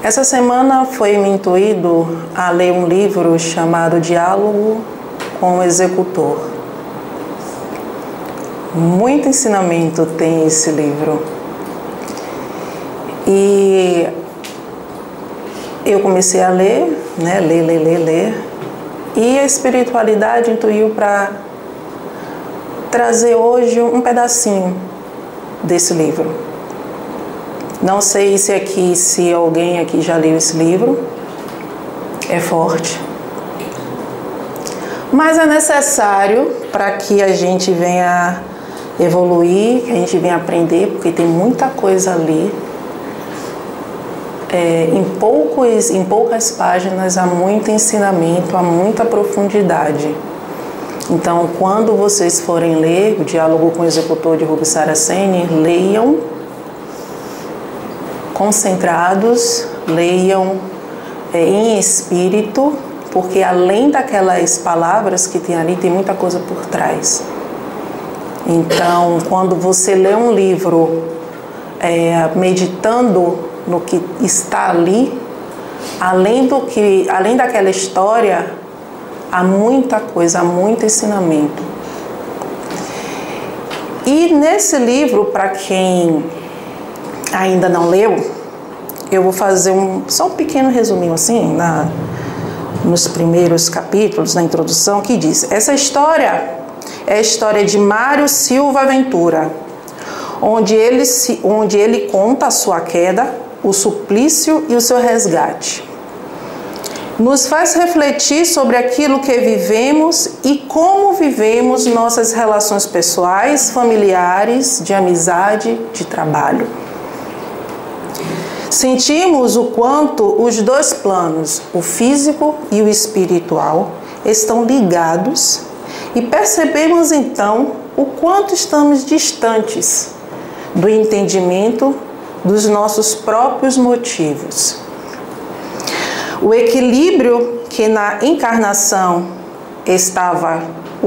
Essa semana foi me intuído a ler um livro chamado Diálogo com o Executor. Muito ensinamento tem esse livro. E eu comecei a ler, né? Ler. E a espiritualidade intuiu para trazer hoje um pedacinho desse livro. Não sei se alguém aqui já leu esse livro. É forte. Mas é necessário para que a gente venha evoluir, que a gente venha aprender, porque tem muita coisa ali. Em poucas páginas há muito ensinamento, há muita profundidade. Então, quando vocês forem ler o Diálogo com o Executor de Rubi Saraceni, leiam concentrados, leiam em espírito, porque além daquelas palavras que tem ali, tem muita coisa por trás. Então, quando você lê um livro meditando no que está ali, além daquela história, há muita coisa, há muito ensinamento. E nesse livro, para quem ainda não leu, eu vou fazer só um pequeno resuminho assim, nos primeiros capítulos, na introdução, que diz: essa história é a história de Mário Silva Ventura, onde ele conta a sua queda, o suplício e o seu resgate. Nos faz refletir sobre aquilo que vivemos e como vivemos nossas relações pessoais, familiares, de amizade, de trabalho. Sentimos o quanto os dois planos, o físico e o espiritual, estão ligados e percebemos então o quanto estamos distantes do entendimento dos nossos próprios motivos. O equilíbrio que na encarnação estava,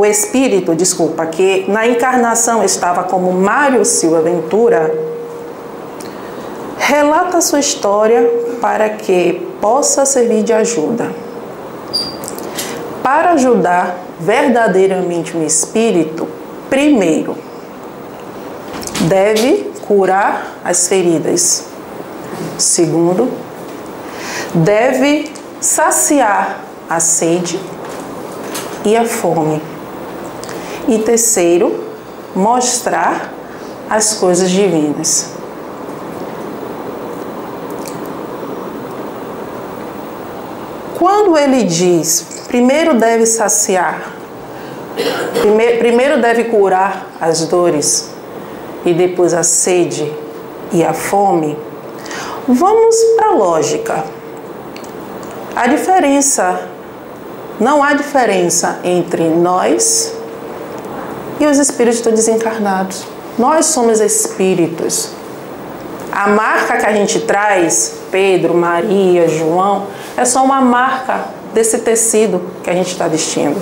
que na encarnação estava como Mário Silva Ventura, relata sua história para que possa servir de ajuda. Para ajudar verdadeiramente o espírito, primeiro, deve curar as feridas. Segundo, deve saciar a sede e a fome. E terceiro, mostrar as coisas divinas. Quando ele diz, primeiro deve saciar, primeiro deve curar as dores e depois a sede e a fome, vamos para a lógica. Não há diferença entre nós e os espíritos desencarnados. Nós somos espíritos. A marca que a gente traz, Pedro, Maria, João, é só uma marca desse tecido que a gente está vestindo.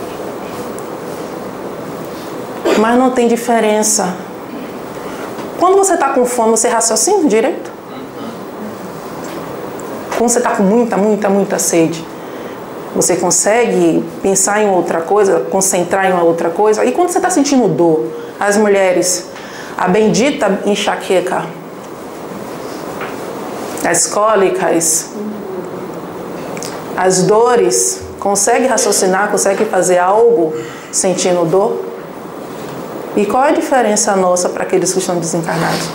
Mas não tem diferença. Quando você está com fome, você raciocina direito? Quando você está com muita sede, você consegue pensar em outra coisa, concentrar em uma outra coisa? E quando você está sentindo dor, as mulheres, a bendita enxaqueca, as cólicas, as dores, consegue raciocinar, consegue fazer algo sentindo dor? E qual é a diferença nossa para aqueles que estão desencarnados?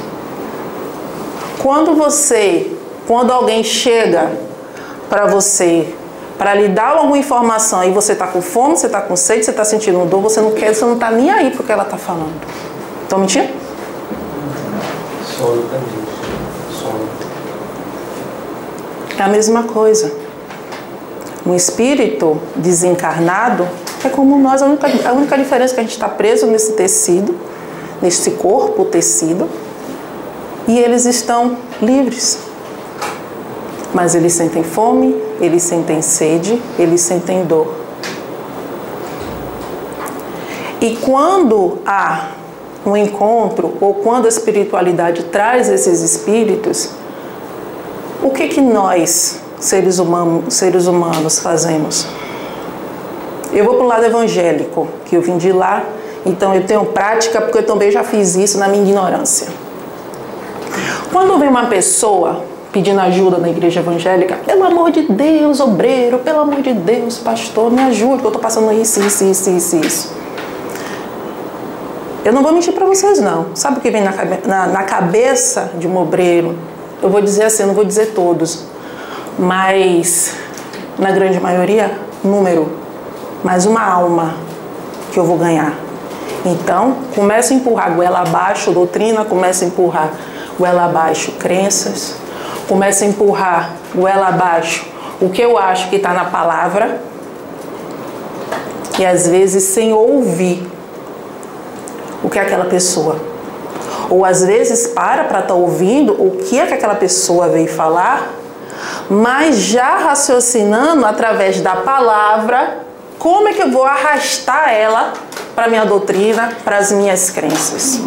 Quando alguém chega para você, para lhe dar alguma informação e você está com fome, você está com sede, você está sentindo dor, você não está nem aí para o que ela está falando. Estão mentindo? Sono também. Sono. É a mesma coisa. Um espírito desencarnado é como nós, a única diferença é que a gente está preso nesse tecido, nesse corpo, tecido, e eles estão livres. Mas eles sentem fome, eles sentem sede, eles sentem dor. E quando há um encontro, ou quando a espiritualidade traz esses espíritos, O que nós, seres humanos, fazemos? Eu vou para o lado evangélico, que eu vim de lá, então eu tenho prática, porque eu também já fiz isso na minha ignorância. Quando vem uma pessoa pedindo ajuda na igreja evangélica, pelo amor de Deus, obreiro, pelo amor de Deus, pastor, me ajude, que eu estou passando isso. Eu não vou mentir para vocês, não. Sabe o que vem na cabeça de um obreiro? Eu vou dizer assim, eu não vou dizer todos, mas na grande maioria, número, mais uma alma que eu vou ganhar. Então, começa a empurrar goela abaixo doutrina, começa a empurrar goela abaixo crenças, começa a empurrar goela abaixo o que eu acho que está na palavra, e às vezes sem ouvir o que é aquela pessoa, ou às vezes para estar ouvindo o que é que aquela pessoa veio falar, mas já raciocinando através da palavra, como é que eu vou arrastar ela para a minha doutrina, para as minhas crenças.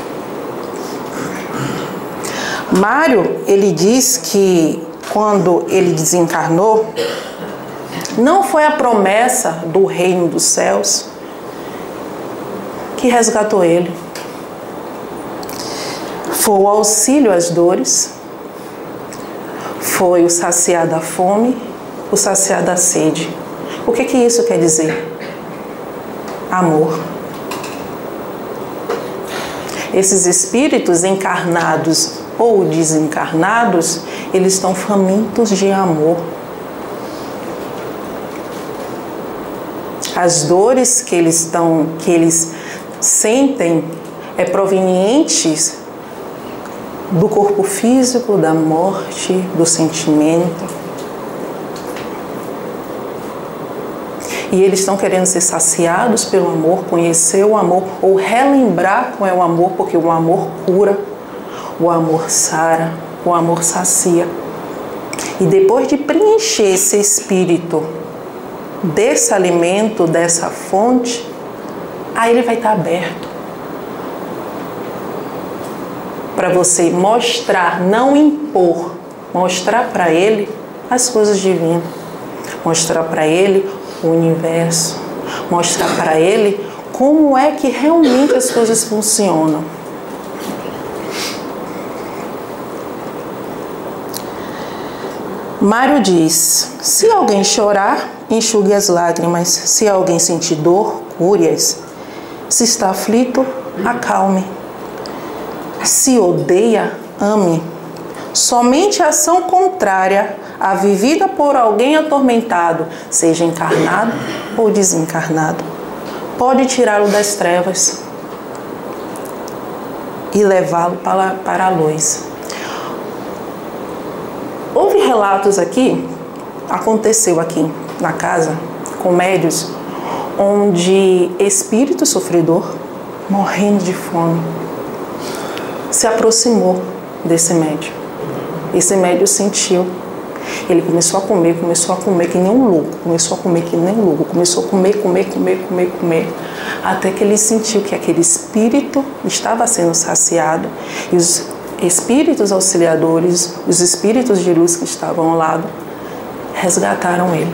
Mário, ele diz que quando ele desencarnou, não foi a promessa do reino dos céus que resgatou ele. Foi o auxílio às dores, foi o saciar da fome, o saciar da sede. O que isso quer dizer? Amor. Esses espíritos encarnados ou desencarnados, eles estão famintos de amor. As dores que eles sentem é provenientes do corpo físico, da morte, do sentimento. E eles estão querendo ser saciados pelo amor, conhecer o amor ou relembrar qual é o amor, porque o amor cura, o amor sara, o amor sacia. E depois de preencher esse espírito desse alimento, dessa fonte, aí ele vai estar aberto para você mostrar, não impor, mostrar para ele as coisas divinas, mostrar para ele o universo, mostrar para ele como é que realmente as coisas funcionam. Mário diz: se alguém chorar, enxugue as lágrimas. Se alguém sentir dor, cure-as. Se está aflito, acalme. Se odeia, ame. Somente a ação contrária à vivida por alguém atormentado, seja encarnado ou desencarnado, pode tirá-lo das trevas e levá-lo para a luz. Houve relatos aqui, aconteceu aqui na casa, com médios, onde espírito sofredor, morrendo de fome, se aproximou desse médio. Esse médio sentiu. Ele começou a comer que nem um louco, começou a comer, até que ele sentiu que aquele espírito estava sendo saciado e os espíritos auxiliadores, os espíritos de luz que estavam ao lado, resgataram ele.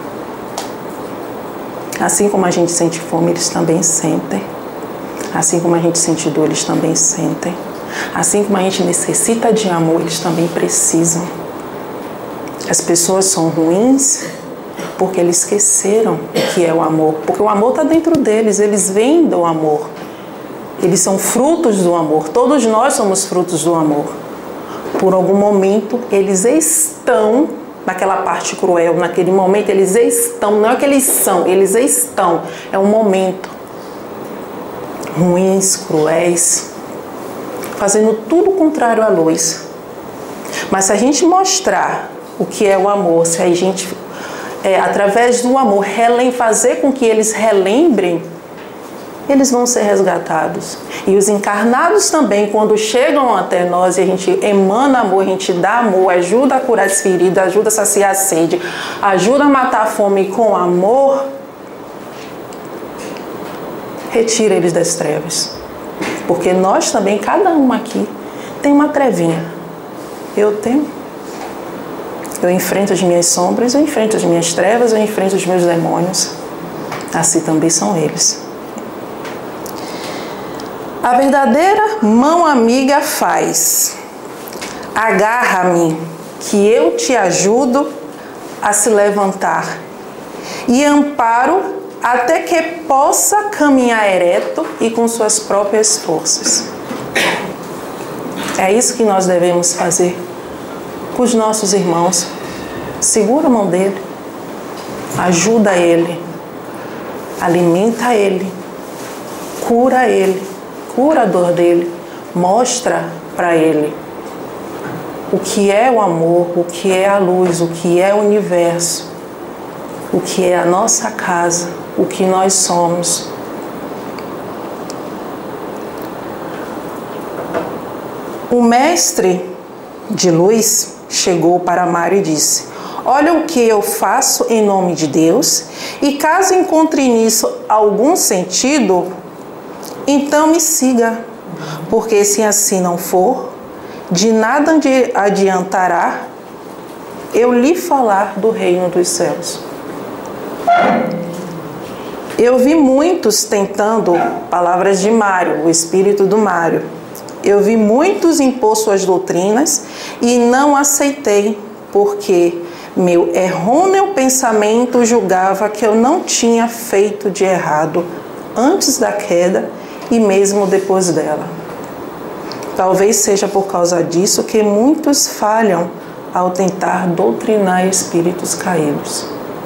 Assim como a gente sente fome, eles também sentem. Assim como a gente sente dor, eles também sentem. Assim como a gente necessita de amor, eles também precisam. As pessoas são ruins porque eles esqueceram o que é o amor. Porque o amor está dentro deles, eles vêm do amor. Eles são frutos do amor. Todos nós somos frutos do amor. Por algum momento, eles estão naquela parte cruel. Naquele momento, eles estão. Não é que eles são, eles estão. É um momento. Ruins, cruéis, fazendo tudo contrário à luz. Mas se a gente mostrar o que é o amor, se a gente, através do amor, fazer com que eles relembrem, eles vão ser resgatados. E os encarnados também, quando chegam até nós e a gente emana amor, a gente dá amor, ajuda a curar as feridas, ajuda a saciar a sede, ajuda a matar a fome com amor, retira eles das trevas. Porque nós também, cada um aqui, tem uma trevinha. Eu tenho, Eu enfrento as minhas sombras, eu enfrento as minhas trevas, eu enfrento os meus demônios. Assim também são eles. A verdadeira mão amiga faz: agarra-me, que eu te ajudo a se levantar, e amparo até que possa caminhar ereto e com suas próprias forças. É isso que nós devemos fazer com os nossos irmãos. Segura a mão dele, ajuda ele, alimenta ele, cura a dor dele, mostra para ele o que é o amor, o que é a luz, o que é o universo, o que é a nossa casa, o que nós somos. O mestre de luz chegou para Mário e disse: olha o que eu faço em nome de Deus, e caso encontre nisso algum sentido, então me siga, porque se assim não for, de nada adiantará eu lhe falar do reino dos céus. Eu vi muitos tentando, palavras de Mário, o espírito do Mário, eu vi muitos impor suas doutrinas e não aceitei, porque meu errôneo pensamento julgava que eu não tinha feito de errado antes da queda e mesmo depois dela. Talvez seja por causa disso que muitos falham ao tentar doutrinar espíritos caídos.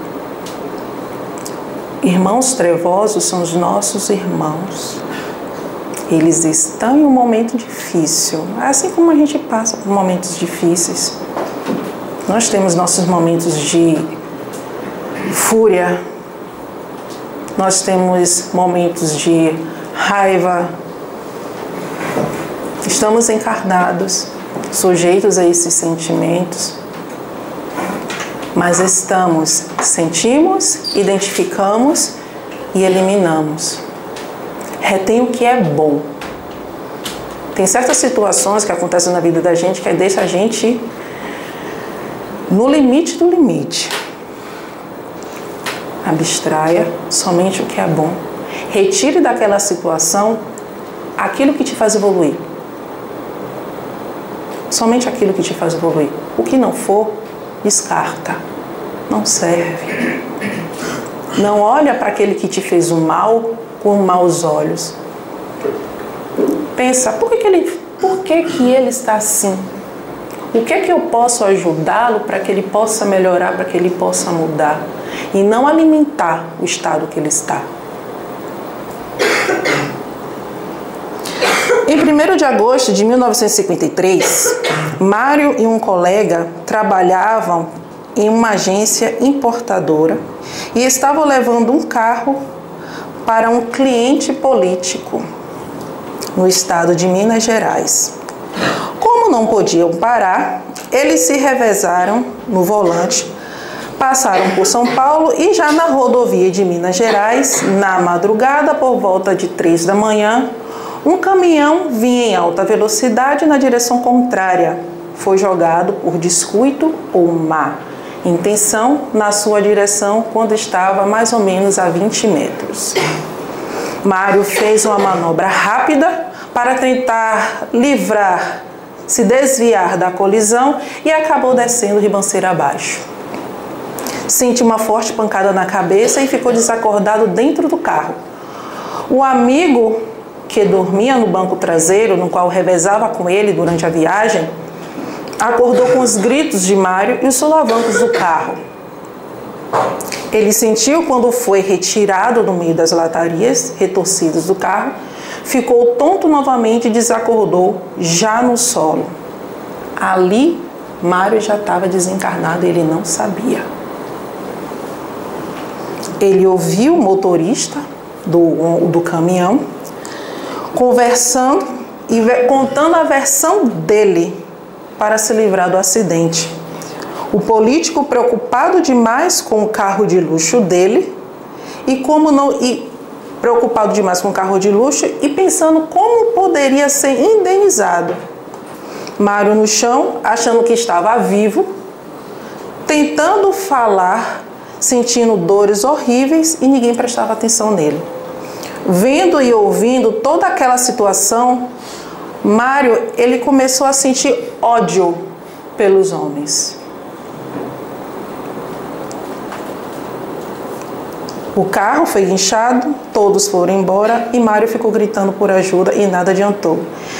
Irmãos trevosos são os nossos irmãos. Eles estão em um momento difícil, assim como a gente passa por momentos difíceis. Nós temos nossos momentos de fúria, nós temos momentos de raiva. Estamos encarnados, sujeitos a esses sentimentos, mas sentimos, identificamos e eliminamos. Retém o que é bom. Tem certas situações que acontecem na vida da gente que deixa a gente no limite do limite. Abstraia somente o que é bom. Retire daquela situação aquilo que te faz evoluir. Somente aquilo que te faz evoluir. O que não for, descarta. Não serve. Não olha para aquele que te fez o mal com maus olhos. Pensa, por que ele está assim? O que é que eu posso ajudá-lo para que ele possa melhorar, para que ele possa mudar? E não alimentar o estado que ele está. Em 1º de agosto de 1953, Mário e um colega trabalhavam em uma agência importadora e estavam levando um carro para um cliente político no estado de Minas Gerais. Como não podiam parar, eles se revezaram no volante, passaram por São Paulo e já na rodovia de Minas Gerais, na madrugada, por volta de 3 da manhã, um caminhão vinha em alta velocidade na direção contrária. Foi jogado por descuido ou má intenção na sua direção quando estava mais ou menos a 20 metros. Mário fez uma manobra rápida para tentar se desviar da colisão e acabou descendo ribanceira abaixo. Sentiu uma forte pancada na cabeça e ficou desacordado dentro do carro. O amigo que dormia no banco traseiro, no qual revezava com ele durante a viagem, acordou com os gritos de Mário e os solavancos do carro. Ele sentiu quando foi retirado do meio das latarias retorcidas do carro, ficou tonto novamente e desacordou já no solo. Ali, Mário já estava desencarnado e ele não sabia. Ele ouviu o motorista do caminhão conversando e contando a versão dele para se livrar do acidente. O político, preocupado demais com o carro de luxo dele preocupado demais com o carro de luxo e pensando como poderia ser indenizado. Mário no chão, achando que estava vivo, tentando falar, sentindo dores horríveis e ninguém prestava atenção nele. Vendo e ouvindo toda aquela situação, Mário, ele começou a sentir ódio pelos homens. O carro foi guinchado, todos foram embora e Mário ficou gritando por ajuda e nada adiantou.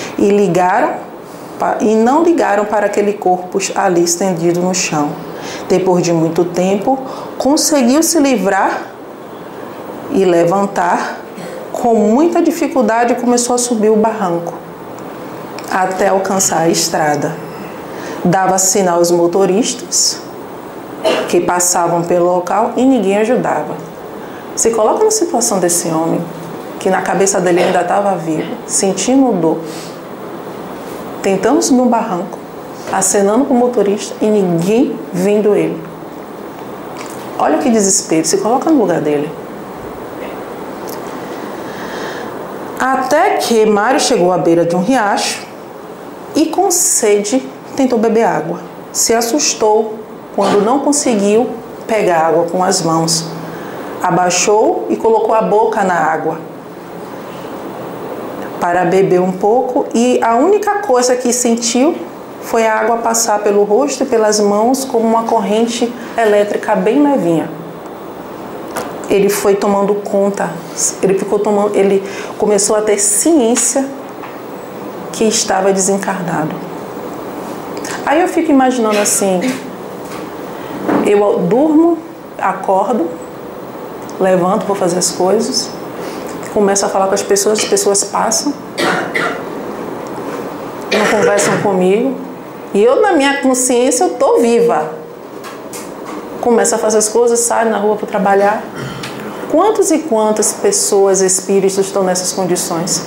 E não ligaram para aquele corpo ali estendido no chão. Depois de muito tempo, conseguiu se livrar e levantar. Com muita dificuldade, começou a subir o barranco até alcançar a estrada. Dava sinal aos motoristas que passavam pelo local e ninguém ajudava. Se coloca na situação desse homem, que na cabeça dele ainda estava vivo, sentindo dor, tentando subir um barranco, acenando para o motorista e ninguém vendo ele. Olha que desespero, se coloca no lugar dele. Até que Mário chegou à beira de um riacho e com sede tentou beber água. Se assustou quando não conseguiu pegar água com as mãos. Abaixou e colocou a boca na água para beber um pouco e a única coisa que sentiu foi a água passar pelo rosto e pelas mãos como uma corrente elétrica bem levinha. Ele foi tomando conta, ele começou a ter ciência que estava desencarnado. Aí eu fico imaginando assim, eu durmo, acordo, levanto, vou fazer as coisas, começo a falar com as pessoas passam, não conversam comigo, e eu na minha consciência eu estou viva. Começo a fazer as coisas, saio na rua para trabalhar. Quantas e quantas pessoas, espíritos estão nessas condições?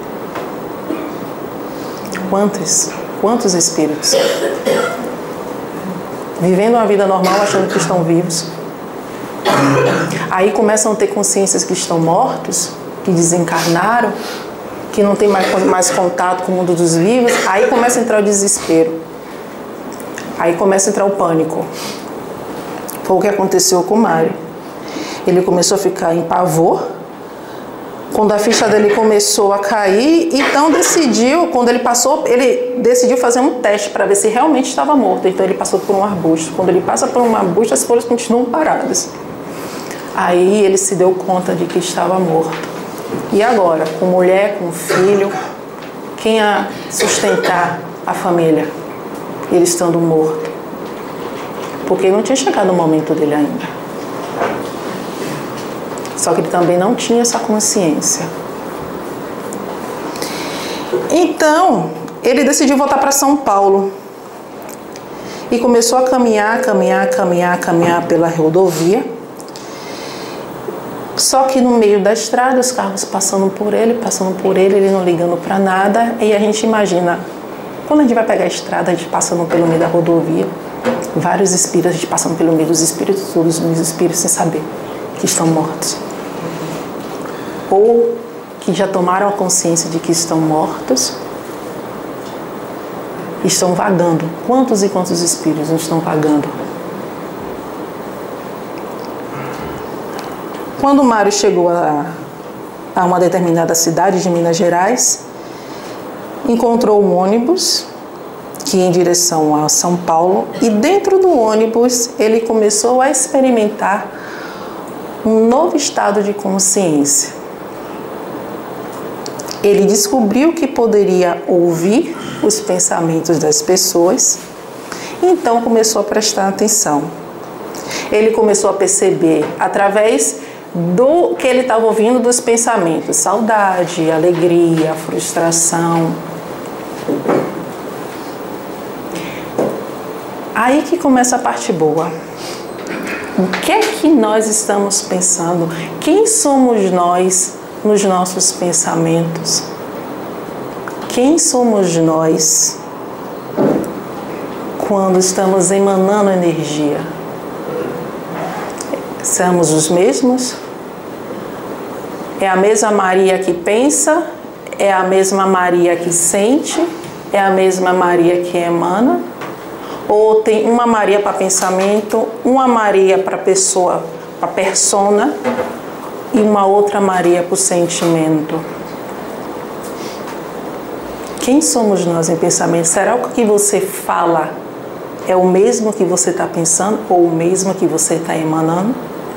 Quantos espíritos? Vivendo uma vida normal, achando que estão vivos. Aí começam a ter consciências que estão mortos, que desencarnaram, que não tem mais contato com o mundo dos vivos. Aí começa a entrar o desespero. Aí começa a entrar o pânico. Foi o que aconteceu com o Mário. Ele começou a ficar em pavor. Quando a ficha dele começou a cair, então ele decidiu fazer um teste para ver se realmente estava morto. Então ele passou por um arbusto. Quando ele passa por um arbusto, as folhas continuam paradas. Aí ele se deu conta de que estava morto. E agora, com mulher, com filho, quem ia sustentar a família? Ele estando morto. Porque não tinha chegado o momento dele ainda. Só que ele também não tinha essa consciência. Então, ele decidiu voltar para São Paulo. E começou a caminhar pela rodovia. Só que no meio da estrada, os carros passando por ele, ele não ligando para nada. E a gente imagina, quando a gente vai pegar a estrada, a gente passando pelo meio da rodovia, vários espíritos, a gente passando pelo meio dos espíritos, todos os espíritos sem saber que estão mortos. Ou que já tomaram a consciência de que estão mortos, estão vagando. Quantos e quantos espíritos não estão vagando? Quando Mário chegou a uma determinada cidade de Minas Gerais, encontrou um ônibus que ia em direção a São Paulo e dentro do ônibus ele começou a experimentar um novo estado de consciência. Ele descobriu que poderia ouvir os pensamentos das pessoas, então começou a prestar atenção. Ele começou a perceber, através do que ele estava ouvindo dos pensamentos, saudade, alegria, frustração. Aí que começa a parte boa. O que é que nós estamos pensando? Quem somos nós nos nossos pensamentos? Quem somos nós quando estamos emanando energia? Somos os mesmos? É a mesma Maria que pensa? É a mesma Maria que sente? É a mesma Maria que emana? Ou tem uma Maria para pensamento, uma Maria para pessoa, para persona, e uma outra Maria para o sentimento? Quem somos nós em pensamento? Será que o que você fala é o mesmo que você está pensando ou o mesmo que você está emanando?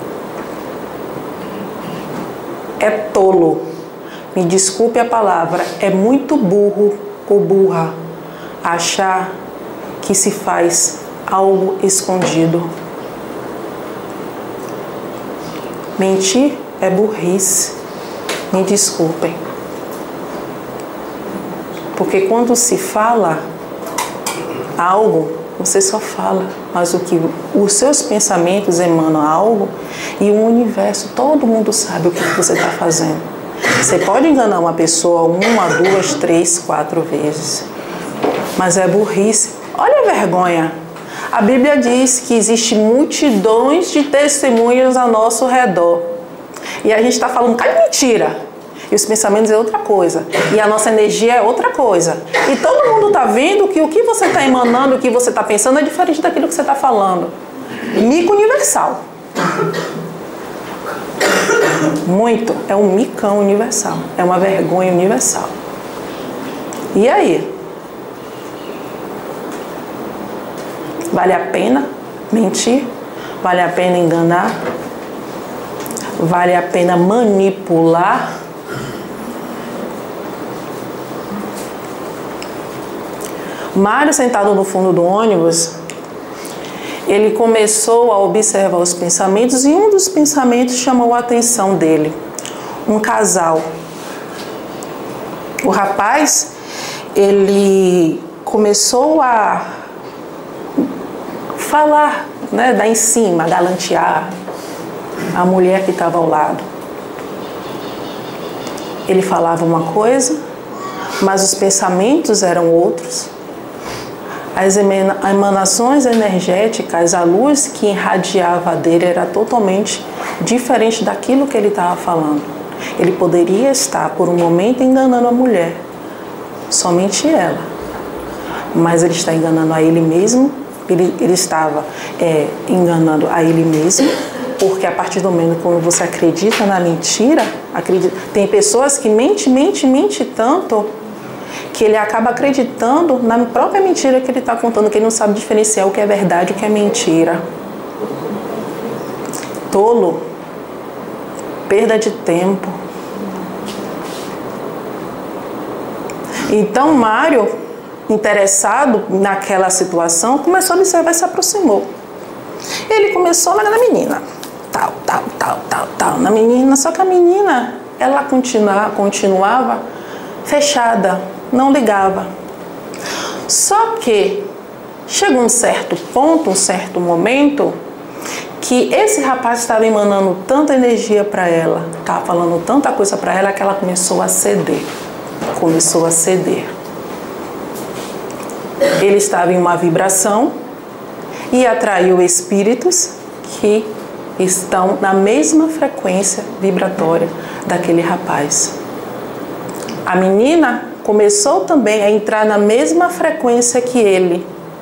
É tolo, me desculpe a palavra, é muito burro ou burra achar que se faz algo escondido. Mentir é burrice, me desculpem. Porque quando se fala algo, você só fala, mas os seus pensamentos emanam algo e o universo, todo mundo sabe o que você está fazendo. Você pode enganar uma pessoa 1, 2, 3, 4 vezes, mas é burrice. Olha a vergonha. A Bíblia diz que existem multidões de testemunhas ao nosso redor. E a gente está falando, cara, mentira. E os pensamentos é outra coisa. E a nossa energia é outra coisa. E todo mundo está vendo que o que você está emanando, o que você está pensando é diferente daquilo que você está falando. Mico universal. Muito. É um micão universal. É uma vergonha universal. E aí? Vale a pena mentir? Vale a pena enganar? Vale a pena manipular? Mário, sentado no fundo do ônibus, ele começou a observar os pensamentos e um dos pensamentos chamou a atenção dele. Um casal. O rapaz, ele começou a falar, né, dar em cima, galantear a mulher que estava ao lado. Ele falava uma coisa, mas os pensamentos eram outros. As emanações energéticas, a luz que irradiava dele era totalmente diferente daquilo que ele estava falando. Ele poderia estar, por um momento, enganando a mulher, somente ela. Mas ele está enganando a ele mesmo, ele estava enganando a ele mesmo, porque a partir do momento quando você acredita na mentira, tem pessoas que mente tanto, que ele acaba acreditando na própria mentira que ele está contando, que ele não sabe diferenciar o que é verdade e o que é mentira. Tolo. Perda de tempo. Então, Mário, interessado naquela situação, começou a observar e se aproximou. Ele começou a olhar na menina. Tal. Na menina, só que a menina, ela continuava fechada. Não ligava. Só que chegou um certo ponto, um certo momento, que esse rapaz estava emanando tanta energia para ela, estava falando tanta coisa para ela, que ela começou a ceder. Ele estava em uma vibração e atraiu espíritos que estão na mesma frequência vibratória daquele rapaz. A menina começou também a entrar na mesma frequência que ele.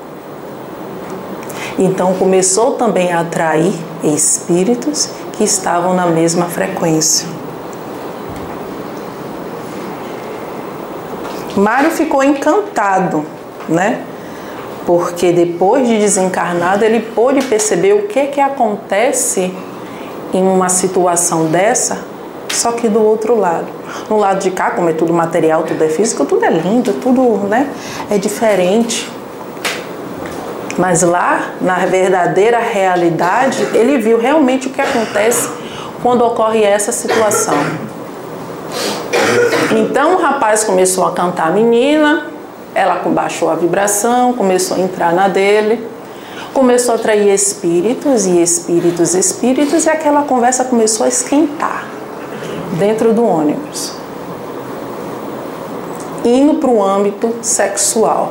Então começou também a atrair espíritos que estavam na mesma frequência. Mário ficou encantado, né? Porque depois de desencarnado ele pôde perceber o que acontece em uma situação dessa, só que do outro lado. No lado de cá, como é tudo material, tudo é físico, tudo é lindo, tudo, né, é diferente. Mas lá, na verdadeira realidade, ele viu realmente o que acontece quando ocorre essa situação. Então o rapaz começou a cantar a menina, ela baixou a vibração, começou a entrar na dele, começou a atrair espíritos, e aquela conversa começou a esquentar dentro do ônibus, indo para o âmbito sexual.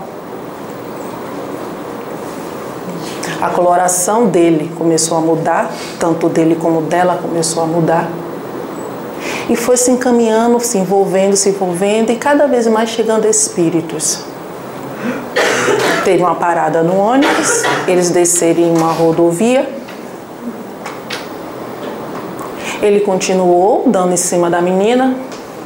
A coloração dele começou a mudar, tanto dele como dela começou a mudar. E foi se encaminhando, se envolvendo, e cada vez mais chegando a espíritos. Teve uma parada no ônibus, eles desceram em uma rodovia. Ele continuou dando em cima da menina.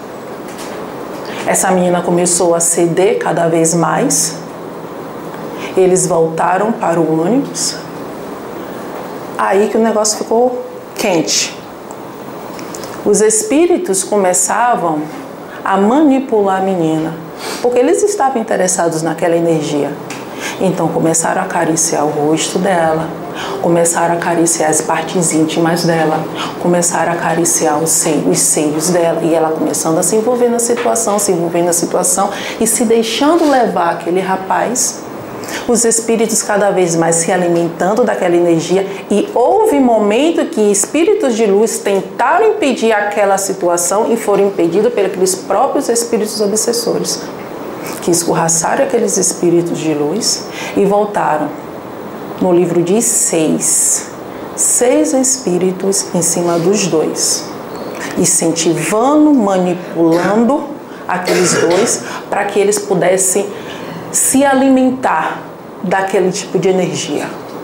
Essa menina começou a ceder cada vez mais. Eles voltaram para o ônibus. Aí que o negócio ficou quente. Os espíritos começavam a manipular a menina, porque eles estavam interessados naquela energia. Então começaram a acariciar o rosto dela, começaram a acariciar as partes íntimas dela, começaram a acariciar os seios dela, e ela começando a se envolver na situação, e se deixando levar aquele rapaz, os espíritos cada vez mais se alimentando daquela energia, e houve momento que espíritos de luz tentaram impedir aquela situação e foram impedidos pelos próprios espíritos obsessores, que escorraçaram aqueles espíritos de luz e voltaram. No livro diz 6 espíritos em cima dos dois, incentivando, manipulando aqueles dois para que eles pudessem se alimentar daquele tipo de energia.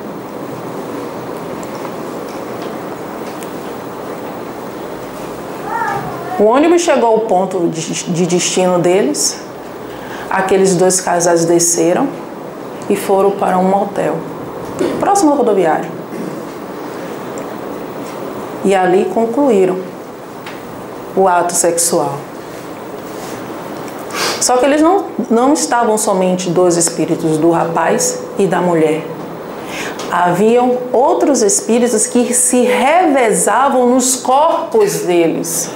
O ônibus chegou ao ponto de destino deles. Aqueles dois casais desceram e foram para um motel próximo ao rodoviário. E ali concluíram o ato sexual. Só que eles não estavam somente dois espíritos, do rapaz e da mulher. Haviam outros espíritos que se revezavam nos corpos deles.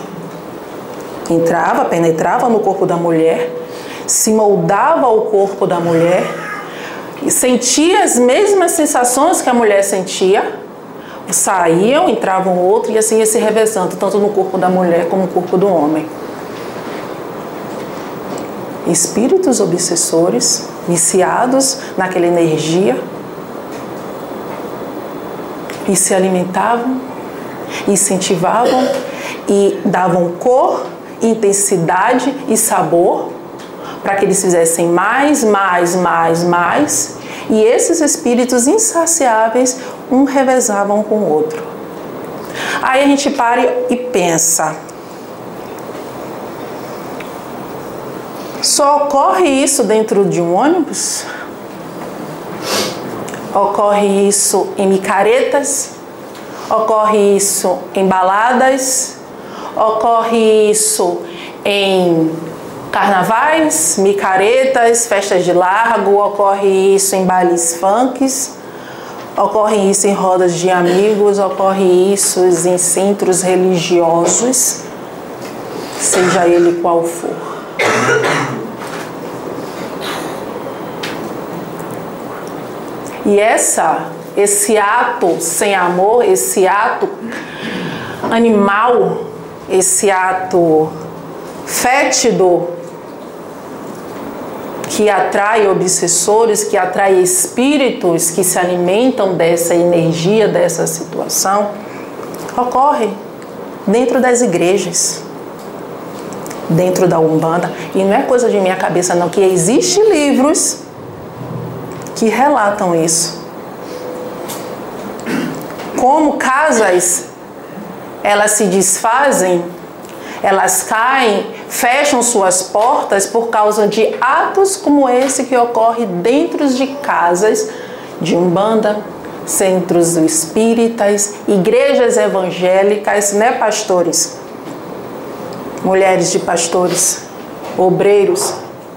Penetrava no corpo da mulher, se moldava ao corpo da mulher, e sentia as mesmas sensações que a mulher sentia, saíam, entravam outro, e assim ia se revezando, tanto no corpo da mulher como no corpo do homem. Espíritos obsessores, viciados naquela energia, e se alimentavam, incentivavam e davam cor, intensidade e sabor para que eles fizessem mais, e esses espíritos insaciáveis um revezavam com o outro. Aí a gente para e pensa, só ocorre isso dentro de um ônibus? Ocorre isso em micaretas? Ocorre isso em baladas? Ocorre isso em carnavais, micaretas, festas de largo? Ocorre isso em bailes funks? Ocorre isso em rodas de amigos? Ocorre isso em centros religiosos? Seja ele qual for. E esse ato sem amor, esse ato animal, esse ato fétido que atrai obsessores, que atrai espíritos que se alimentam dessa energia, dessa situação, ocorre dentro das igrejas, dentro da Umbanda. E não é coisa de minha cabeça não, que existem livros que relatam isso. Como casas, elas se desfazem, elas caem, fecham suas portas por causa de atos como esse que ocorre dentro de casas de Umbanda, centros espíritas, igrejas evangélicas, né, pastores? Mulheres de pastores, obreiros,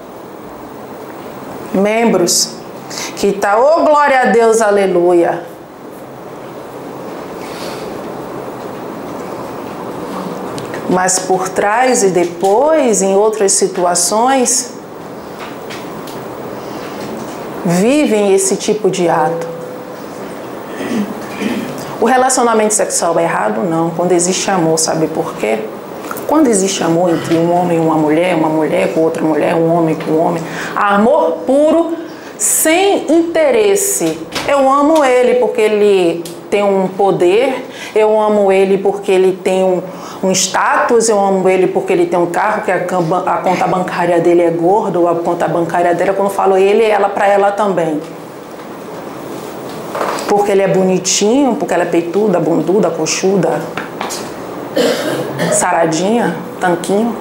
membros, que tá, oh glória a Deus, aleluia. Mas por trás e depois, em outras situações, vivem esse tipo de ato. O relacionamento sexual é errado? Não. Quando existe amor, sabe por quê? Quando existe amor entre um homem e uma mulher com outra mulher, um homem com um homem, amor puro, sem interesse. Eu amo ele porque ele tem um poder, eu amo ele porque ele tem um status, eu amo ele porque ele tem um carro, que a conta bancária dele é gorda, ou a conta bancária dela, quando eu falo ele, ela para ela também. Porque ele é bonitinho, porque ela é peituda, bunduda, coxuda, saradinha, tanquinho.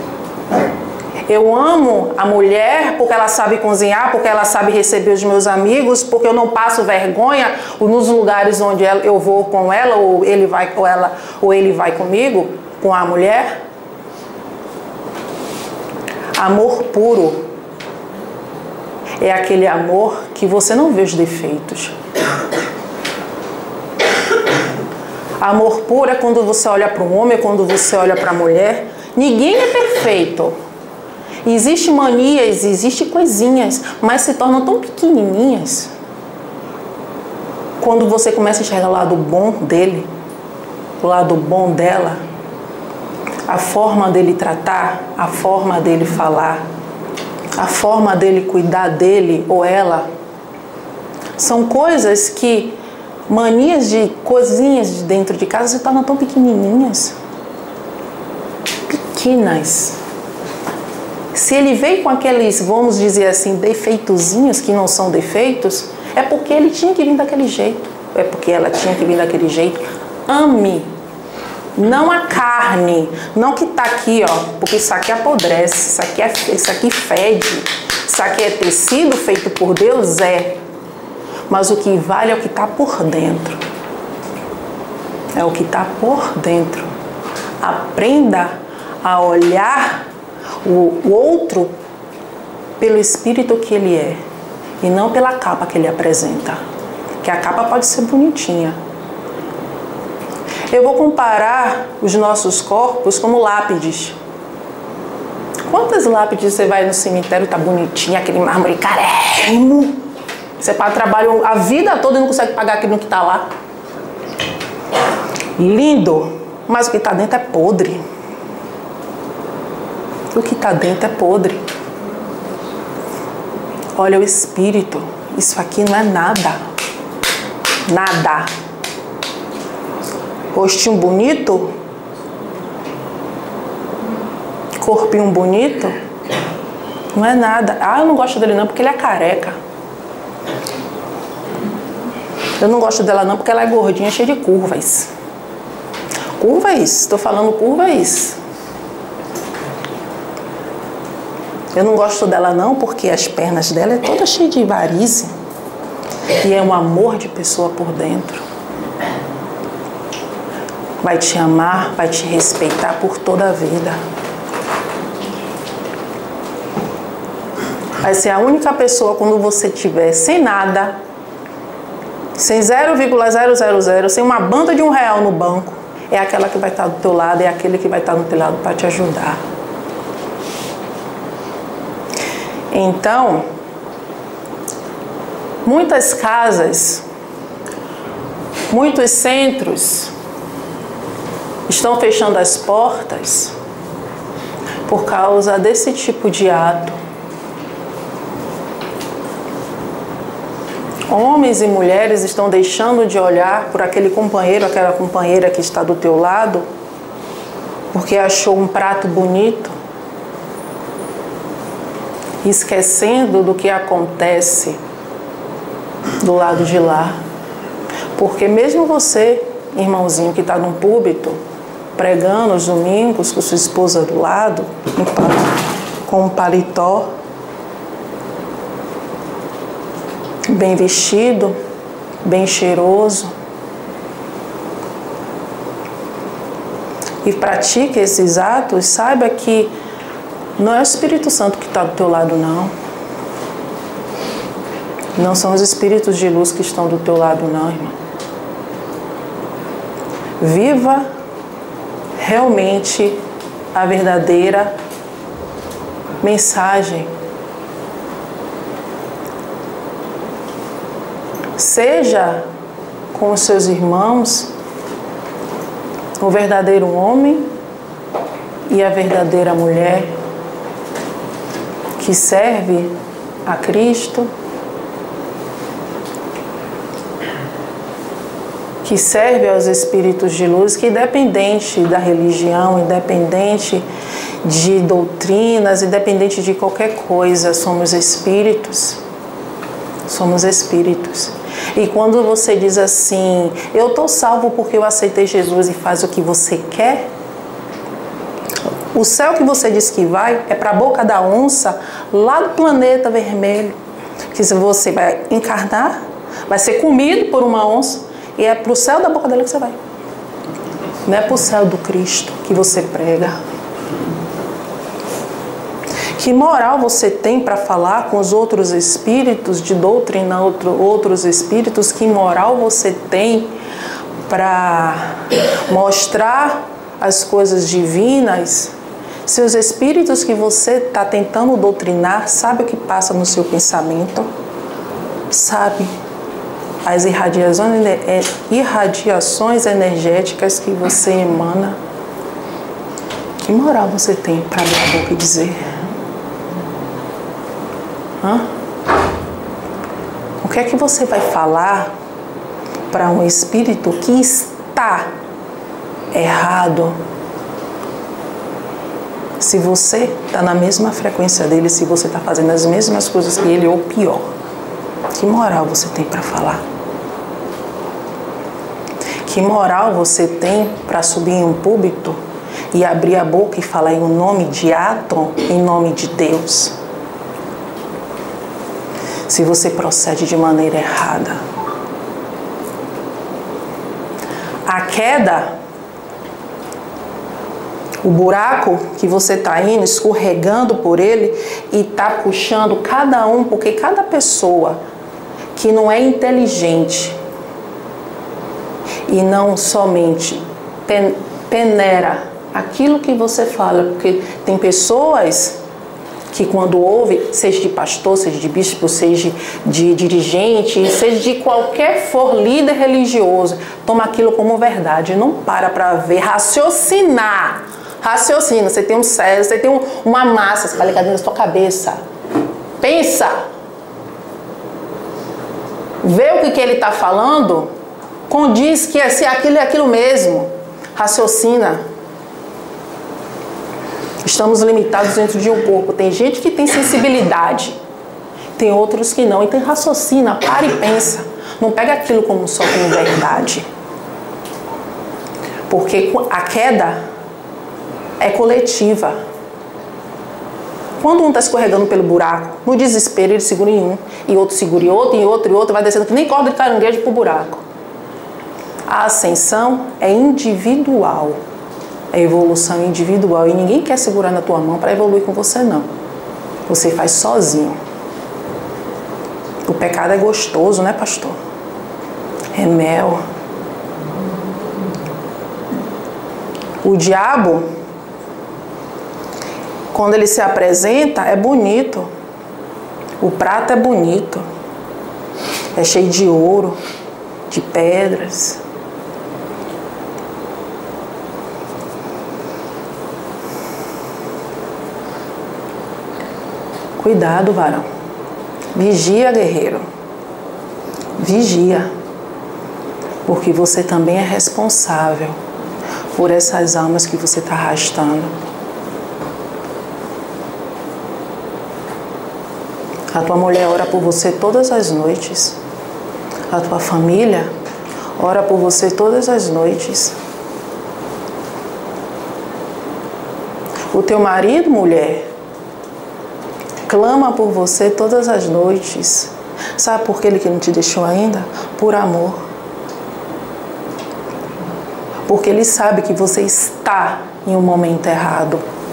Eu amo a mulher porque ela sabe cozinhar, porque ela sabe receber os meus amigos, porque eu não passo vergonha nos lugares onde eu vou com ela, ou ele vai comigo, com a mulher. Amor puro é aquele amor que você não vê os defeitos. Amor puro é quando você olha para um homem, quando você olha para a mulher. Ninguém é perfeito. Existem manias, existem coisinhas, mas se tornam tão pequenininhas. Quando você começa a enxergar o lado bom dele, o lado bom dela, a forma dele tratar, a forma dele falar, a forma dele cuidar dele ou ela, são coisas que, manias de coisinhas de dentro de casa se tornam tão pequenininhas. Pequenas. Se ele veio com aqueles, vamos dizer assim, defeitozinhos que não são defeitos, é porque ele tinha que vir daquele jeito. É porque ela tinha que vir daquele jeito. Ame. Não a carne. Não que tá aqui, ó. Porque isso aqui apodrece. Isso aqui fede. Isso aqui é tecido feito por Deus? É. Mas o que vale é o que está por dentro. É o que está por dentro. Aprenda a olhar o outro pelo espírito que ele é e não pela capa que ele apresenta, que a capa pode ser bonitinha. Eu vou comparar os nossos corpos como lápides. Quantas lápides você vai no cemitério, tá bonitinha, aquele mármore carérrimo, você trabalha a vida toda e não consegue pagar aquilo que está lá. Lindo, mas o que está dentro é podre. O que está dentro é podre. Olha o espírito. Isso aqui não é nada. Nada. Rostinho bonito. Corpinho bonito. Não é nada. Ah, eu não gosto dele não porque ele é careca. Eu não gosto dela não porque ela é gordinha, cheia de curvas. Curvas? Estou falando curvas. Eu não gosto dela não porque as pernas dela é toda cheia de varize. E é um amor de pessoa por dentro. Vai te amar, vai te respeitar por toda a vida. Vai ser a única pessoa quando você estiver sem nada, sem 0,000, sem uma banda de R$1 no banco, é aquela que vai estar do teu lado, é aquele que vai estar do teu lado para te ajudar. Então, muitas casas, muitos centros estão fechando as portas por causa desse tipo de ato. Homens e mulheres estão deixando de olhar por aquele companheiro, aquela companheira que está do teu lado, porque achou um prato bonito, esquecendo do que acontece do lado de lá. Porque mesmo você, irmãozinho, que está num púlpito, pregando os domingos com sua esposa do lado, com um paletó, bem vestido, bem cheiroso, e pratique esses atos, saiba que não é o Espírito Santo que está do teu lado, não. Não são os espíritos de luz que estão do teu lado, não, irmão. Viva realmente a verdadeira mensagem. Seja com os seus irmãos o verdadeiro homem e a verdadeira mulher que serve a Cristo, que serve aos espíritos de luz, que independente da religião, independente de doutrinas, independente de qualquer coisa, somos espíritos. Somos espíritos. E quando você diz assim, eu estou salvo porque eu aceitei Jesus e faz o que você quer, o céu que você diz que vai é para a boca da onça, lá do planeta vermelho, que você vai encarnar, vai ser comido por uma onça, e é para o céu da boca dela que você vai. Não é para o céu do Cristo que você prega. Que moral você tem para falar com os outros espíritos, de doutrinar outros espíritos? Que moral você tem para mostrar as coisas divinas? Se os espíritos que você está tentando doutrinar, sabe o que passa no seu pensamento? Sabe as irradiações energéticas que você emana? Que moral você tem para abrir a boca e dizer? O que é que você vai falar para um espírito que está errado? Se você está na mesma frequência dele, se você está fazendo as mesmas coisas que ele ou pior, que moral você tem para falar? Que moral você tem para subir em um púlpito e abrir a boca e falar em nome de Atom, em nome de Deus? Se você procede de maneira errada. A queda, o buraco que você está indo, escorregando por ele e está puxando cada um, porque cada pessoa que não é inteligente e não somente peneira aquilo que você fala, porque tem pessoas que quando ouve, seja de pastor, seja de bispo, seja de dirigente, seja de qualquer for líder religioso, toma aquilo como verdade, não para ver, raciocinar. Raciocina, você tem um cérebro, você tem uma massa, você vai ligar dentro da sua cabeça. Pensa. Vê o que ele está falando, condiz que se aquilo é aquilo mesmo. Raciocina. Estamos limitados dentro de um corpo. Tem gente que tem sensibilidade, tem outros que não. Então raciocina, para e pensa. Não pega aquilo como só como verdade. Porque a queda é coletiva. Quando um está escorregando pelo buraco, no desespero ele segura em um, e outro segura em outro, e outro, vai descendo que nem corda de caranguejo para o buraco. A ascensão é individual. É evolução individual. E ninguém quer segurar na tua mão para evoluir com você, não. Você faz sozinho. O pecado é gostoso, né, pastor? É mel. O diabo, quando ele se apresenta, é bonito. O prato é bonito. É cheio de ouro, de pedras. Cuidado, varão. Vigia, guerreiro. Vigia. Porque você também é responsável por essas almas que você está arrastando. A tua mulher ora por você todas as noites. A tua família ora por você todas as noites. O teu marido, mulher, clama por você todas as noites. Sabe por que ele que não te deixou ainda? Por amor. Porque ele sabe que você está em um momento errado.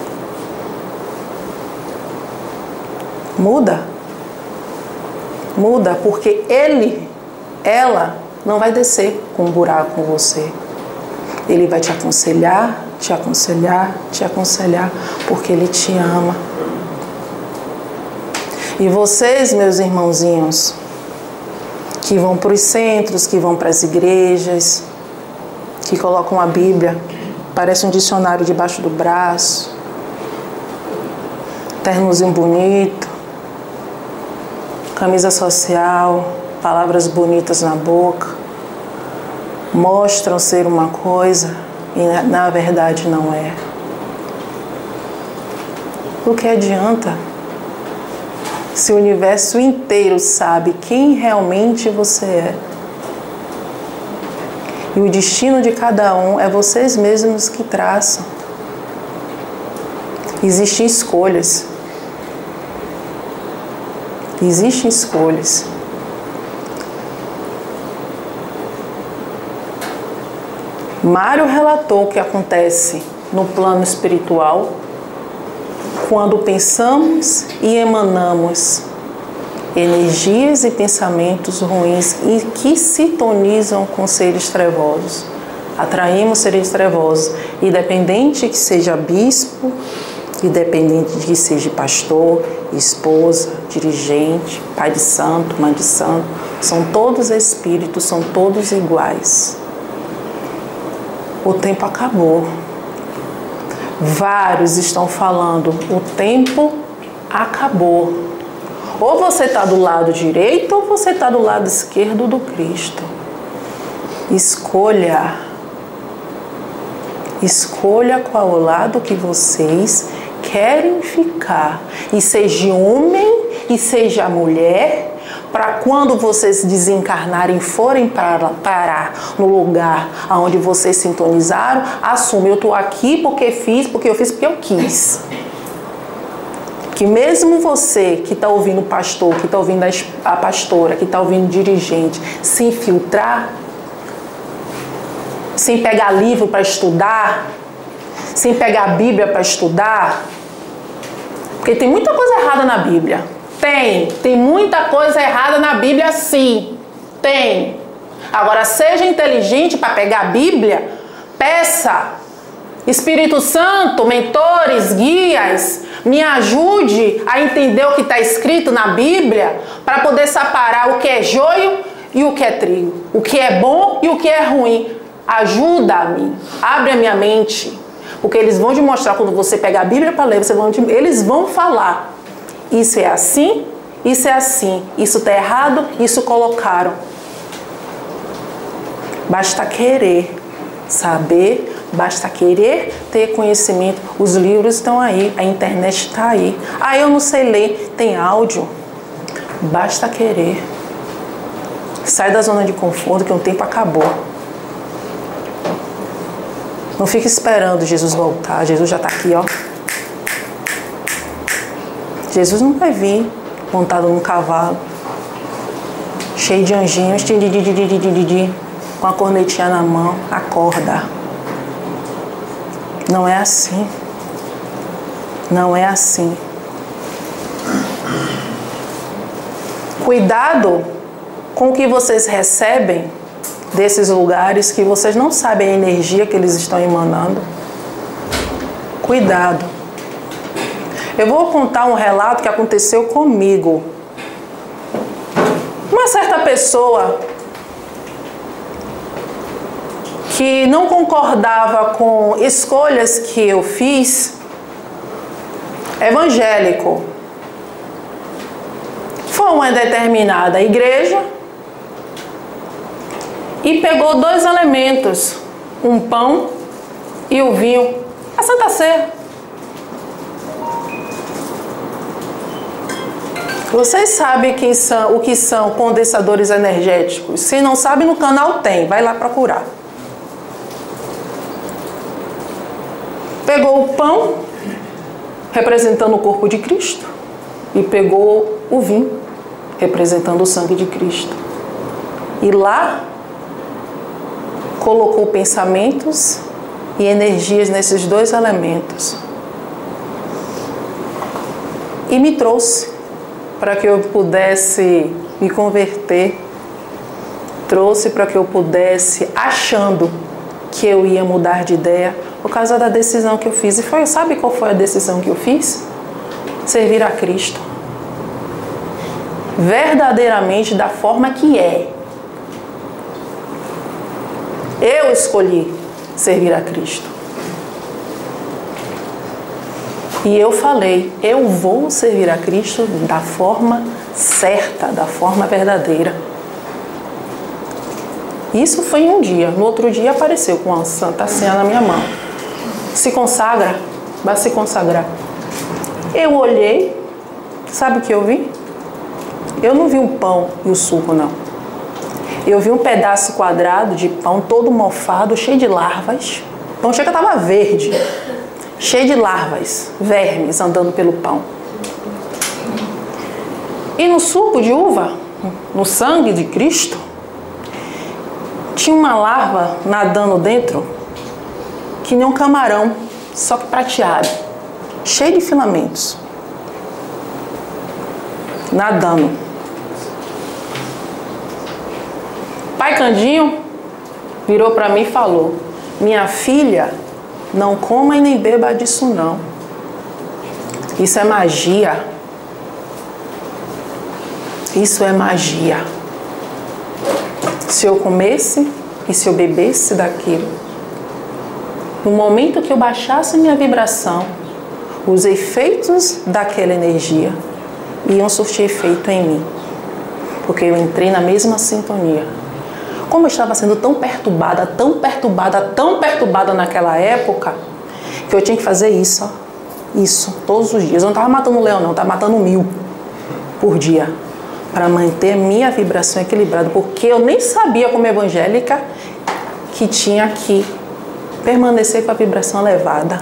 Muda. Muda, porque ela não vai descer com um buraco com você. Ele vai te aconselhar, te aconselhar, te aconselhar, porque ele te ama. E vocês, meus irmãozinhos, que vão para os centros, que vão para as igrejas, que colocam a Bíblia, parece um dicionário debaixo do braço, ternozinho bonito, camisa social, palavras bonitas na boca, mostram ser uma coisa e na verdade não é. O que adianta se o universo inteiro sabe quem realmente você é? E o destino de cada um é vocês mesmos que traçam. Existem escolhas. Existem escolhas. Mário relatou o que acontece no plano espiritual quando pensamos e emanamos energias e pensamentos ruins e que sintonizam com seres trevosos. Atraímos seres trevosos, independente que seja bispo, independente de que seja pastor, esposa, dirigente, pai de santo, mãe de santo, são todos espíritos, são todos iguais. O tempo acabou. Vários estão falando, o tempo acabou. Ou você está do lado direito ou você está do lado esquerdo do Cristo. Escolha. Escolha qual o lado que vocês querem ficar. E seja homem e seja mulher, para quando vocês desencarnarem, forem parar no lugar onde vocês sintonizaram, assume, eu estou aqui porque eu fiz porque eu quis. Que mesmo você que está ouvindo o pastor, que está ouvindo a pastora, que está ouvindo o dirigente, se infiltrar, sem pegar livro para estudar, sem pegar a Bíblia para estudar, porque tem muita coisa errada na Bíblia. Tem muita coisa errada na Bíblia, sim. Tem. Agora, seja inteligente para pegar a Bíblia, peça. Espírito Santo, mentores, guias, me ajude a entender o que está escrito na Bíblia para poder separar o que é joio e o que é trigo, o que é bom e o que é ruim. Ajuda-me, abre a minha mente, porque eles vão te mostrar quando você pegar a Bíblia para ler, eles vão falar. Isso é assim, isso está errado, isso colocaram. Basta querer saber, basta querer ter conhecimento. Os livros estão aí, a internet está aí. Ah, eu não sei ler, tem áudio. Basta querer. Sai da zona de conforto que o tempo acabou. Não fique esperando Jesus voltar, Jesus já está aqui, ó. Jesus não vai vir montado num cavalo, cheio de anjinhos, com a cornetinha na mão. Acorda. Não é assim. Não é assim. Cuidado com o que vocês recebem desses lugares que vocês não sabem a energia que eles estão emanando. Cuidado. Eu vou contar um relato que aconteceu comigo. Uma certa pessoa que não concordava com escolhas que eu fiz, evangélico, foi a uma determinada igreja e pegou 2 elementos, um pão e o vinho, a Santa Ceia. Vocês sabem o que são condensadores energéticos? Se não sabe, no canal tem, vai lá procurar. Pegou o pão, representando o corpo de Cristo, e pegou o vinho, representando o sangue de Cristo. E lá colocou pensamentos e energias nesses 2 elementos. E me trouxe para que eu pudesse me converter. Trouxe para que eu pudesse, achando que eu ia mudar de ideia, por causa da decisão que eu fiz. E sabe qual foi a decisão que eu fiz? Servir a Cristo. Verdadeiramente da forma que é. Eu escolhi servir a Cristo. E eu falei, eu vou servir a Cristo da forma certa, da forma verdadeira. Isso foi em um dia. No outro dia apareceu com a Santa Ceia na minha mão. Se consagra, vai se consagrar. Eu olhei, sabe o que eu vi? Eu não vi o pão e o suco, não. Eu vi um pedaço quadrado de pão todo mofado, cheio de larvas. O pão chega estava verde, cheio de larvas, vermes andando pelo pão. E no suco de uva, no sangue de Cristo, tinha uma larva nadando dentro, que nem um camarão, só que prateado, cheio de filamentos, nadando. Pai Candinho virou para mim e falou: minha filha, não coma e nem beba disso não. Isso é magia. Isso é magia. Se eu comesse e se eu bebesse daquilo, no momento que eu baixasse minha vibração, os efeitos daquela energia iam surtir efeito em mim. Porque eu entrei na mesma sintonia. Como eu estava sendo tão perturbada naquela época, que eu tinha que fazer isso, ó, isso, todos os dias. Eu não estava matando um leão, não, eu estava matando 1000 por dia, para manter minha vibração equilibrada, porque eu nem sabia como evangélica que tinha que permanecer com a vibração elevada.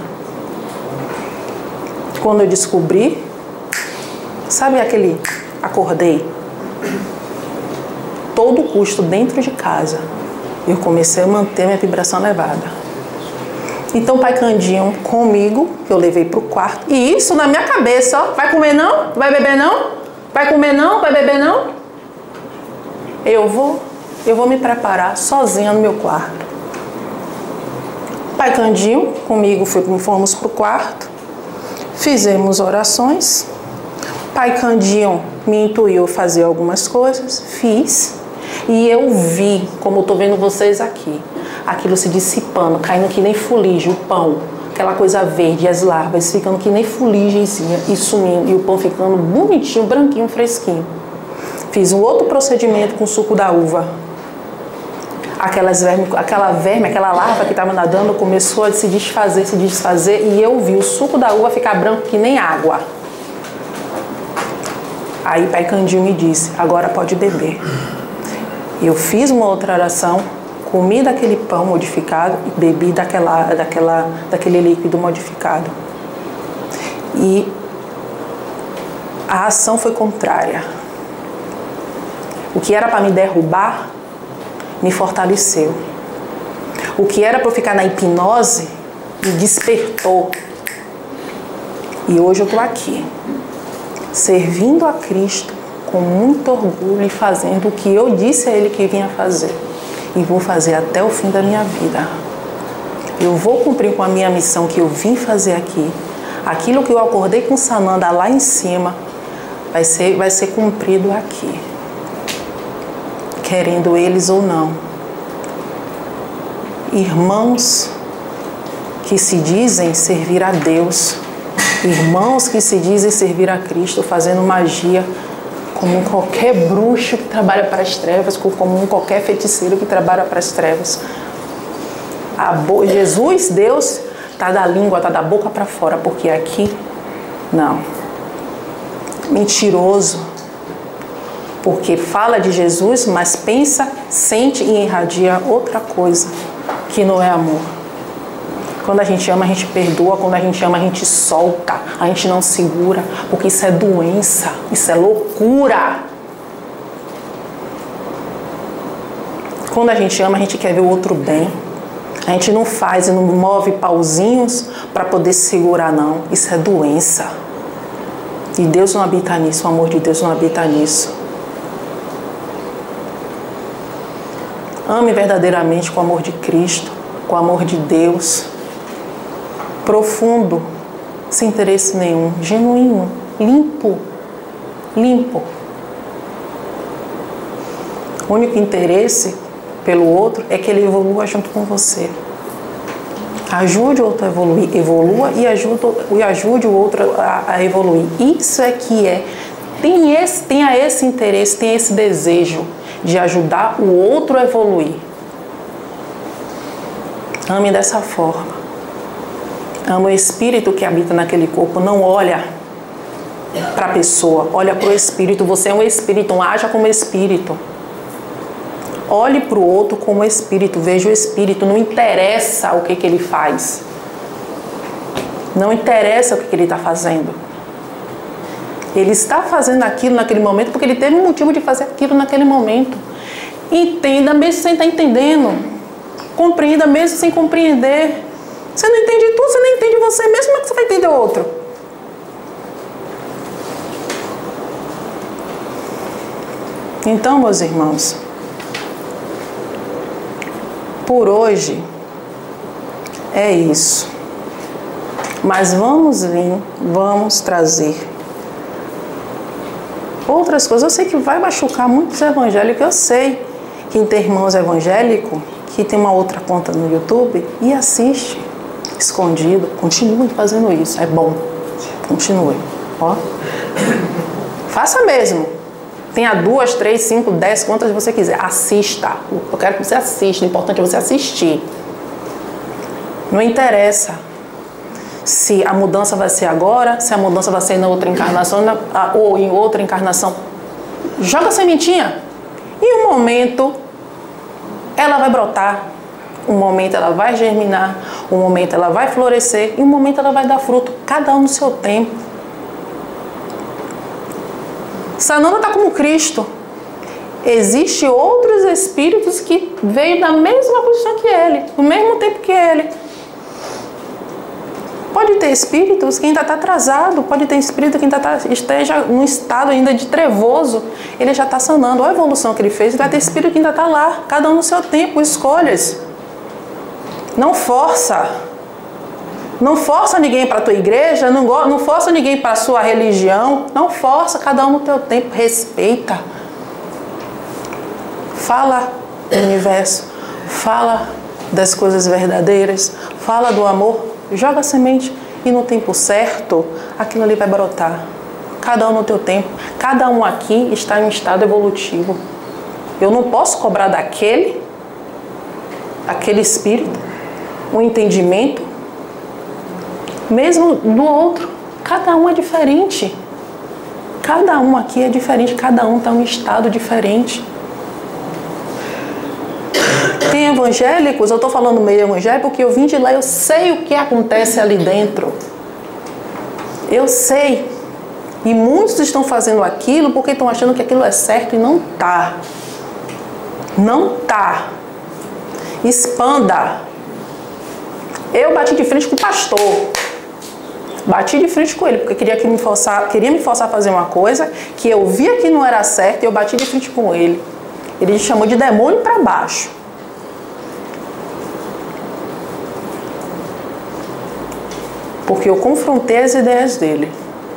Quando eu descobri, sabe aquele acordei, todo custo dentro de casa, eu comecei a manter minha vibração elevada. Então, Pai Candinho comigo, eu levei para o quarto, e isso na minha cabeça, ó, vai comer não? Vai beber não? Vai comer não? Vai beber não? Eu vou me preparar sozinha no meu quarto. Pai Candinho comigo fomos para o quarto, fizemos orações. Pai Candinho me intuiu fazer algumas coisas, fiz. E eu vi, como eu estou vendo vocês aqui, aquilo se dissipando, caindo que nem fuligem, o pão, aquela coisa verde, as larvas ficando que nem fuligenzinha e sumindo, e o pão ficando bonitinho, branquinho, fresquinho. Fiz um outro procedimento com o suco da uva. Aquela larva que estava nadando começou a se desfazer, e eu vi o suco da uva ficar branco que nem água. Aí Pai Candinho me disse: agora pode beber. Eu fiz uma outra oração, comi daquele pão modificado e bebi daquele líquido modificado. E a ação foi contrária. O que era para me derrubar, me fortaleceu. O que era para eu ficar na hipnose, me despertou. E hoje eu estou aqui, servindo a Cristo, com muito orgulho e fazendo o que eu disse a Ele que vinha fazer. E vou fazer até o fim da minha vida. Eu vou cumprir com a minha missão que eu vim fazer aqui. Aquilo que eu acordei com Sananda lá em cima, vai ser cumprido aqui. Querendo eles ou não. Irmãos que se dizem servir a Deus, irmãos que se dizem servir a Cristo, fazendo magia, como qualquer bruxo que trabalha para as trevas, como qualquer feiticeiro que trabalha para as trevas. Jesus, Deus, está da língua, está da boca para fora, porque aqui, não. Mentiroso. Porque fala de Jesus, mas pensa, sente e irradia outra coisa, que não é amor. Quando a gente ama, a gente perdoa. Quando a gente ama, a gente solta. A gente não segura, porque isso é doença, isso é loucura. Quando a gente ama, a gente quer ver o outro bem. A gente não faz e não move pauzinhos para poder segurar, não. Isso é doença. E Deus não habita nisso, o amor de Deus não habita nisso. Ame verdadeiramente com o amor de Cristo, com o amor de Deus. Profundo, sem interesse nenhum, genuíno, limpo. O único interesse pelo outro é que ele evolua junto com você. Ajude o outro a evoluir, evolua e ajude o outro a evoluir. Isso é que é. Tenha esse interesse, tenha esse desejo de ajudar o outro a evoluir. Ame dessa forma. Ame o espírito que habita naquele corpo. Não olha para a pessoa, olha para o espírito. Você é um espírito, então haja como espírito. Olhe para o outro como espírito, veja o espírito. Não interessa o que ele faz. Não interessa o que ele está fazendo. Ele está fazendo aquilo naquele momento porque ele teve um motivo de fazer aquilo naquele momento. Entenda mesmo sem estar entendendo. Compreenda mesmo sem compreender. Você não entende tudo, você não entende você mesmo, como é que você vai entender o outro? Então, meus irmãos, por hoje é isso. Mas vamos trazer outras coisas. Eu sei que vai machucar muitos evangélicos. Eu sei que tem irmãos evangélicos que tem uma outra conta no YouTube e assiste escondido. Continue fazendo isso. É bom. Continue. Ó. Faça mesmo. Tenha 2, 3, 5, 10, quantas você quiser. Assista. Eu quero que você assista. O importante é você assistir. Não interessa se a mudança vai ser agora, se a mudança vai ser na outra encarnação ou em outra encarnação. Joga a sementinha. E um momento ela vai brotar. Um momento ela vai germinar. Um momento ela vai florescer. E um momento ela vai dar fruto. Cada um no seu tempo. Sananda está como Cristo. Existem outros espíritos que veio da mesma posição que ele, no mesmo tempo que ele. Pode ter espíritos que ainda está atrasado, pode ter espírito que ainda esteja num estado ainda de trevoso, ele já está sanando. Olha a evolução que ele fez, vai ter espírito que ainda está lá, cada um no seu tempo, escolhas. Não força. Não força ninguém para a tua igreja, não força ninguém para a sua religião, não força, cada um no teu tempo, respeita. Fala do universo, fala das coisas verdadeiras, fala do amor, joga a semente e no tempo certo, aquilo ali vai brotar. Cada um no teu tempo, cada um aqui está em um estado evolutivo. Eu não posso cobrar aquele espírito, um entendimento, mesmo do outro. Cada um é diferente. Cada um aqui é diferente, cada um está em um estado diferente. Tem evangélicos, eu estou falando meio evangélico porque eu vim de lá, eu sei o que acontece ali dentro. Eu sei. E muitos estão fazendo aquilo porque estão achando que aquilo é certo e não está. Não está. Expanda. Eu bati de frente com o pastor. Bati de frente com ele, porque queria me forçar a fazer uma coisa que eu via que não era certo e eu bati de frente com ele. Ele me chamou de demônio para baixo. Porque eu confrontei as ideias dele.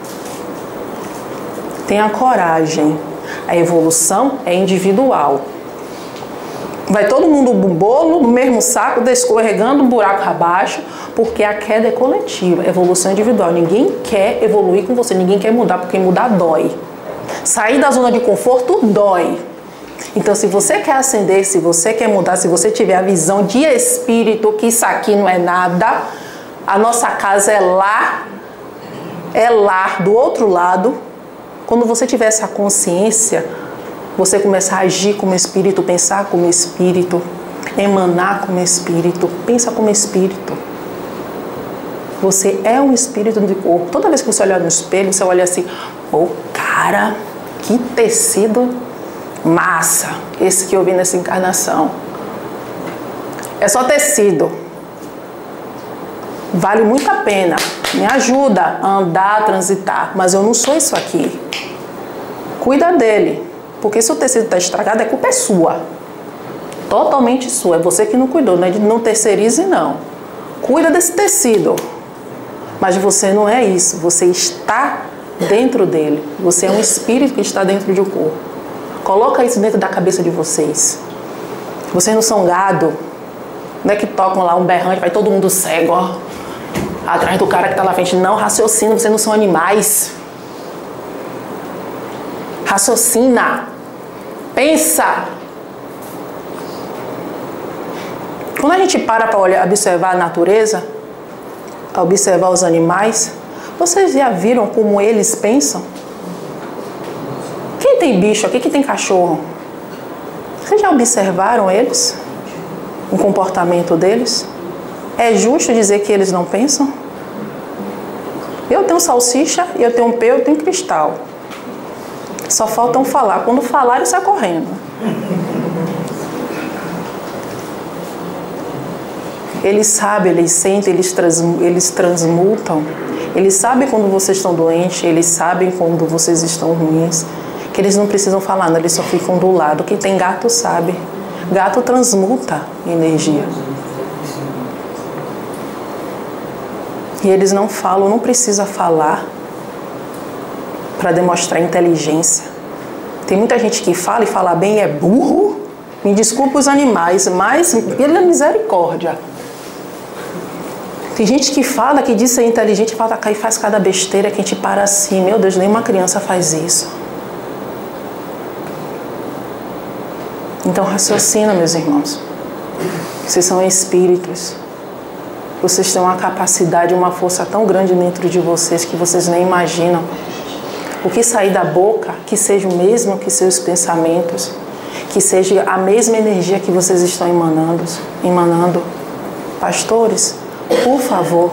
Tenha coragem. A evolução é individual. Vai todo mundo no bolo, no mesmo saco, escorregando um buraco abaixo, porque a queda é coletiva, evolução individual. Ninguém quer evoluir com você, ninguém quer mudar, porque mudar dói. Sair da zona de conforto dói. Então, se você quer ascender, se você quer mudar, se você tiver a visão de espírito, que isso aqui não é nada, a nossa casa é lá, do outro lado. Quando você tiver essa consciência, você começa a agir como espírito, pensar como espírito, emanar como espírito, pensa como espírito. Você é um espírito do corpo. Toda vez que você olhar no espelho, você olha assim, pô, cara, que tecido massa esse que eu vi nessa encarnação. É só tecido. Vale muito a pena. Me ajuda a andar, a transitar. Mas eu não sou isso aqui. Cuida dele. Porque se o tecido está estragado, a culpa é sua. Totalmente sua. É você que não cuidou. Não terceirize, não. Cuida desse tecido. Mas você não é isso. Você está dentro dele. Você é um espírito que está dentro de um corpo. Coloca isso dentro da cabeça de vocês. Vocês não são gado. Não é que tocam lá um berrante, vai todo mundo cego, ó, atrás do cara que está na frente. Não, raciocina, vocês não são animais. Raciocina. Pensa. Quando a gente para observar a natureza, observar os animais, vocês já viram como eles pensam? Quem tem bicho aqui, quem tem cachorro? Vocês já observaram eles? O comportamento deles? É justo dizer que eles não pensam? Eu tenho salsicha, eu tenho pé, eu tenho cristal. Só faltam falar. Quando falarem, sai correndo. Eles sabem, eles sentem, eles transmutam. Eles sabem quando vocês estão doentes, eles sabem quando vocês estão ruins. Que eles não precisam falar, não, eles só ficam do lado. Quem tem gato sabe. Gato transmuta energia. E eles não falam, não precisa falar para demonstrar inteligência. Tem muita gente que fala e fala bem e é burro. Me desculpa os animais, mas pela misericórdia. Tem gente que fala, que diz ser inteligente e faz cada besteira que a gente para assim. Meu Deus, nenhuma criança faz isso. Então raciocina, meus irmãos. Vocês são espíritos. Vocês têm uma capacidade, uma força tão grande dentro de vocês que vocês nem imaginam. O que sair da boca, que seja o mesmo que seus pensamentos, que seja a mesma energia que vocês estão emanando. Pastores, por favor,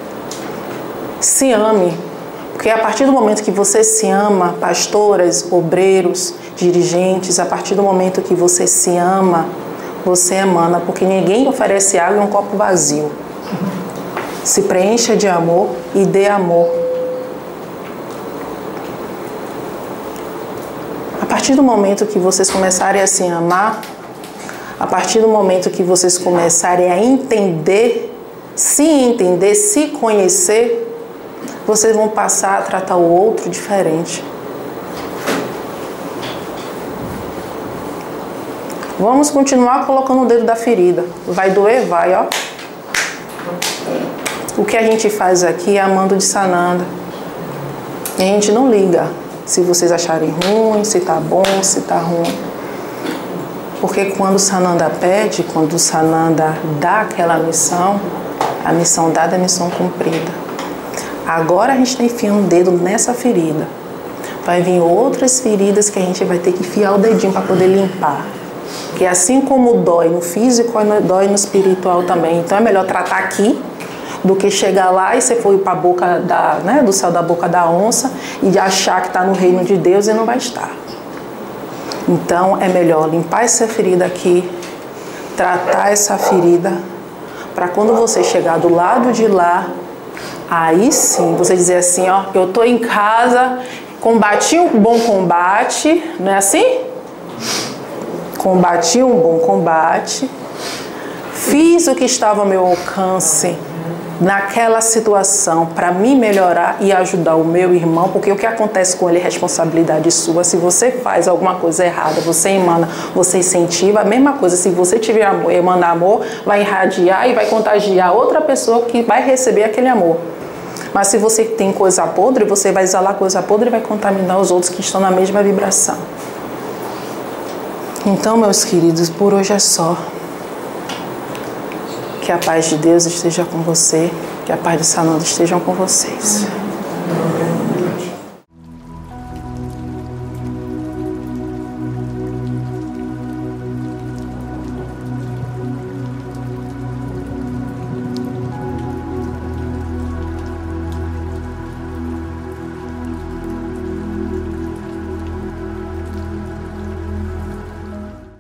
se ame. Porque a partir do momento que você se ama, pastoras, obreiros, dirigentes, a partir do momento que você se ama, você emana. Porque ninguém oferece água em um copo vazio. Se preencha de amor e dê amor. A partir do momento que vocês começarem a se amar, a partir do momento que vocês começarem a entender, se conhecer, vocês vão passar a tratar o outro diferente. Vamos continuar colocando o dedo da ferida. Vai doer? Vai, ó. O que a gente faz aqui é amando de sanando. E a gente não liga se vocês acharem ruim, se tá bom, se tá ruim. Porque quando o Sananda pede, quando o Sananda dá aquela missão, a missão dada é a missão cumprida. Agora a gente está enfiando o dedo nessa ferida. Vai vir outras feridas que a gente vai ter que enfiar o dedinho para poder limpar. Porque assim como dói no físico, dói no espiritual também. Então é melhor tratar aqui do que chegar lá e você for para a boca do céu da boca da onça e achar que está no reino de Deus e não vai estar. Então é melhor limpar essa ferida aqui, tratar essa ferida, para quando você chegar do lado de lá, aí sim você dizer assim, ó, eu estou em casa, combati um bom combate, não é assim? Combati um bom combate, fiz o que estava ao meu alcance naquela situação para me melhorar e ajudar o meu irmão, porque o que acontece com ele é responsabilidade sua. Se você faz alguma coisa errada, você emana, você incentiva, a mesma coisa, se você tiver amor, emana amor, vai irradiar e vai contagiar outra pessoa que vai receber aquele amor. Mas se você tem coisa podre, você vai exalar coisa podre e vai contaminar os outros que estão na mesma vibração. Então, meus queridos, por hoje é só. Que a paz de Deus esteja com você, que a paz de Sananda estejam com vocês.